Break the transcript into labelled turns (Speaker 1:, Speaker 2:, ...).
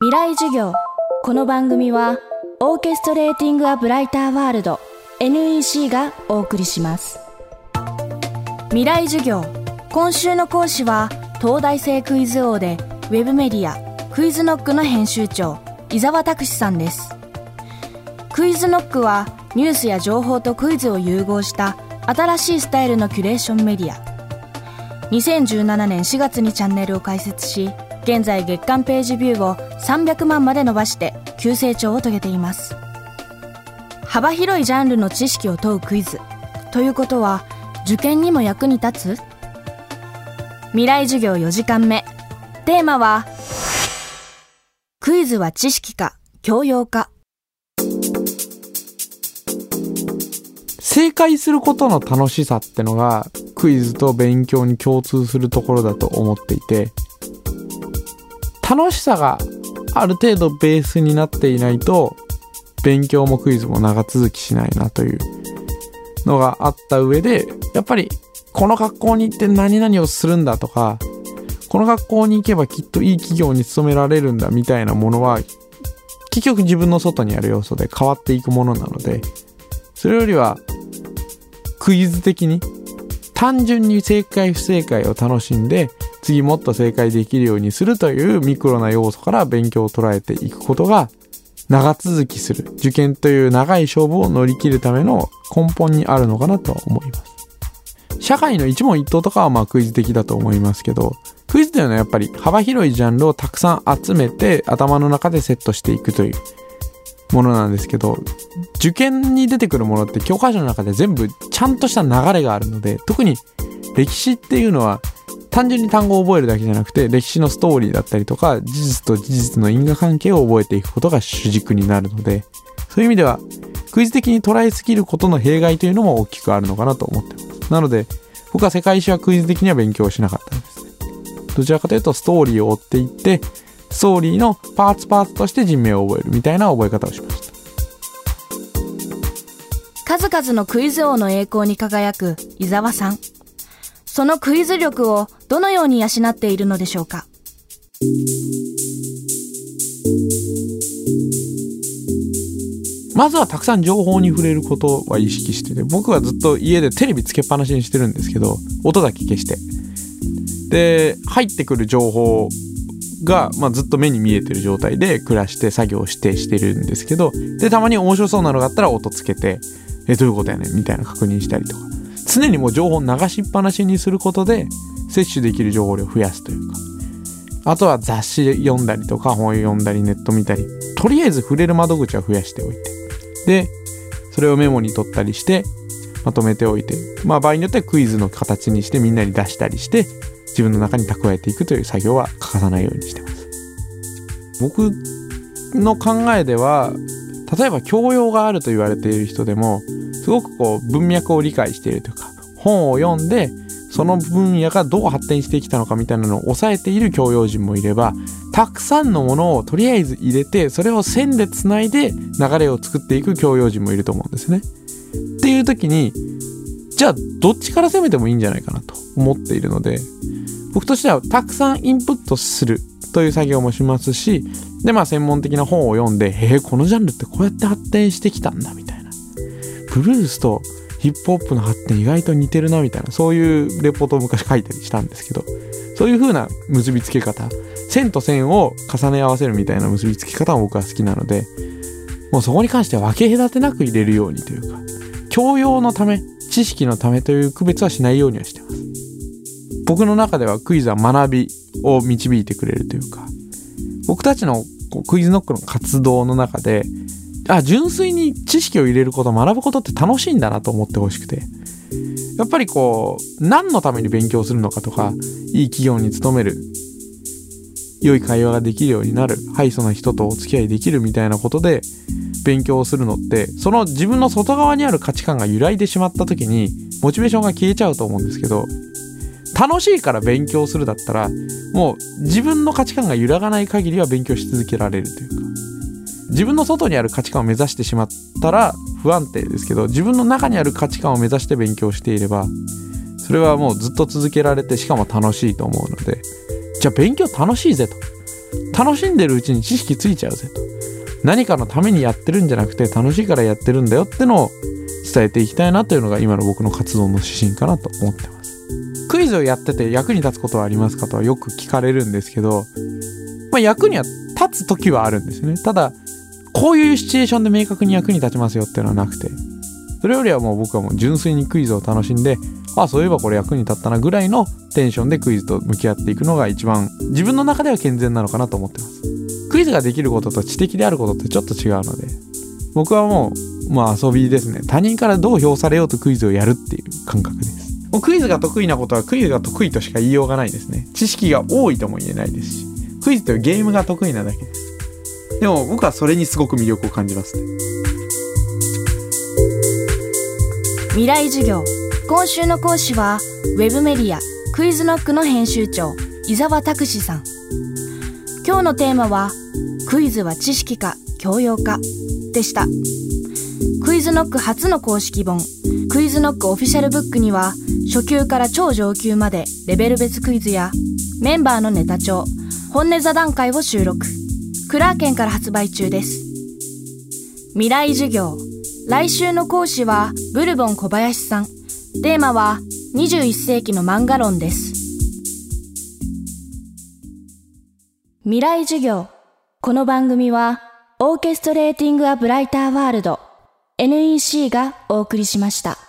Speaker 1: 未来授業。この番組はオーケストレーティング・ア・ブライター・ワールド NEC がお送りします。未来授業、今週の講師は東大生クイズ王でウェブメディアクイズノックの編集長伊沢拓司さんです。クイズノックはニュースや情報とクイズを融合した新しいスタイルのキュレーションメディア。2017年4月にチャンネルを開設し、現在月間ページビューを300万まで伸ばして急成長を遂げています。幅広いジャンルの知識を問うクイズということは、受験にも役に立つ？未来授業4時間目、テーマはクイズは知識か教養か。
Speaker 2: 正解することの楽しさってのがクイズと勉強に共通するところだと思っていて、楽しさがある程度ベースになっていないと勉強もクイズも長続きしないなというのがあった上で、やっぱりこの学校に行って何々をするんだとか、この学校に行けばきっといい企業に勤められるんだみたいなものは結局自分の外にある要素で変わっていくものなので、それよりはクイズ的に単純に正解不正解を楽しんで次もっと正解できるようにするというミクロな要素から勉強を捉えていくことが長続きする受験という長い勝負を乗り切るための根本にあるのかなと思います。社会の一問一答とかはクイズ的だと思いますけど、クイズというのはやっぱり幅広いジャンルをたくさん集めて頭の中でセットしていくというものなんですけど、受験に出てくるものって教科書の中で全部ちゃんとした流れがあるので、特に歴史っていうのは単純に単語を覚えるだけじゃなくて、歴史のストーリーだったりとか事実と事実の因果関係を覚えていくことが主軸になるので、そういう意味ではクイズ的に捉えすぎることの弊害というのも大きくあるのかなと思っています。なので僕は世界史はクイズ的には勉強しなかったんですね。どちらかというとストーリーを追っていって、ストーリーのパーツとして人名を覚えるみたいな覚え方をしました。
Speaker 1: 数々のクイズ王の栄光に輝く伊沢さん。そのクイズ力をどのように養っているのでしょうか。
Speaker 2: まずはたくさん情報に触れることは意識してて、僕はずっと家でテレビつけっぱなしにしてるんですけど、音だけ消して、で入ってくる情報が、ずっと目に見えてる状態で暮らして作業してるんですけど、でたまに面白そうなのがあったら音つけて、どういうことやねんみたいな確認したりとか、常にもう情報を流しっぱなしにすることで摂取できる情報量を増やすというか、あとは雑誌読んだりとか本読んだりネット見たり、とりあえず触れる窓口は増やしておいて、でそれをメモに取ったりしてまとめておいて、場合によってはクイズの形にしてみんなに出したりして自分の中に蓄えていくという作業は欠かさないようにしてます。僕の考えでは、例えば教養があると言われている人でもすごく文脈を理解しているというか、本を読んでその分野がどう発展してきたのかみたいなのを抑えている教養人もいれば、たくさんのものをとりあえず入れてそれを線でつないで流れを作っていく教養人もいると思うんですね。っていう時に、じゃあどっちから攻めてもいいんじゃないかなと思っているので、僕としてはたくさんインプットするという作業もしますし、で専門的な本を読んで、このジャンルってこうやって発展してきたんだみたいな、ブルースとヒップホップの発展意外と似てるなみたいな、そういうレポートを昔書いたりしたんですけど、そういう風な結びつけ方、線と線を重ね合わせるみたいな結びつけ方も僕は好きなので、もうそこに関しては分け隔てなく入れるようにというか、教養のため知識のためという区別はしないようにはしてます。僕の中ではクイズは学びを導いてくれるというか、僕たちのクイズノックの活動の中で、純粋に知識を入れること、学ぶことって楽しいんだなと思ってほしくて、やっぱり何のために勉強するのかとか、いい企業に勤める、良い会話ができるようになる、ハイソな人とお付き合いできるみたいなことで勉強するのって、その自分の外側にある価値観が揺らいでしまった時にモチベーションが消えちゃうと思うんですけど、楽しいから勉強するだったら、もう自分の価値観が揺らがない限りは勉強し続けられるというか、自分の外にある価値観を目指してしまったら不安定ですけど、自分の中にある価値観を目指して勉強していれば、それはもうずっと続けられて、しかも楽しいと思うので、じゃあ勉強楽しいぜと、 楽しんでるうちに知識ついちゃうぜと。何かのためにやってるんじゃなくて楽しいからやってるんだよってのを伝えていきたいなというのが今の僕の活動の指針かなと思ってます。クイズをやってて役に立つことはありますかとはよく聞かれるんですけど、役には立つ時はあるんですね。ただこういうシチュエーションで明確に役に立ちますよっていうのはなくて、それよりはもう僕はもう純粋にクイズを楽しんで、そういえばこれ役に立ったなぐらいのテンションでクイズと向き合っていくのが一番自分の中では健全なのかなと思ってます。クイズができることと知的であることってちょっと違うので、僕はもう遊びですね。他人からどう評されようとクイズをやるっていう感覚です。もうクイズが得意なことはクイズが得意としか言いようがないですね。知識が多いとも言えないですし、クイズというゲームが得意なだけです。でも僕はそれにすごく魅力を感じますね。
Speaker 1: 未来授業、今週の講師はウェブメディアクイズノックの編集長伊沢拓司さん。今日のテーマはクイズは知識か教養かでした。クイズノック初の公式本クイズノックオフィシャルブックには初級から超上級までレベル別クイズやメンバーのネタ帳、本音座談会を収録。クラーケンから発売中です。未来授業、来週の講師はブルボン小林さん。テーマは21世紀の漫画論です。未来授業、この番組はオーケストレーティングアブライターワールド NEC がお送りしました。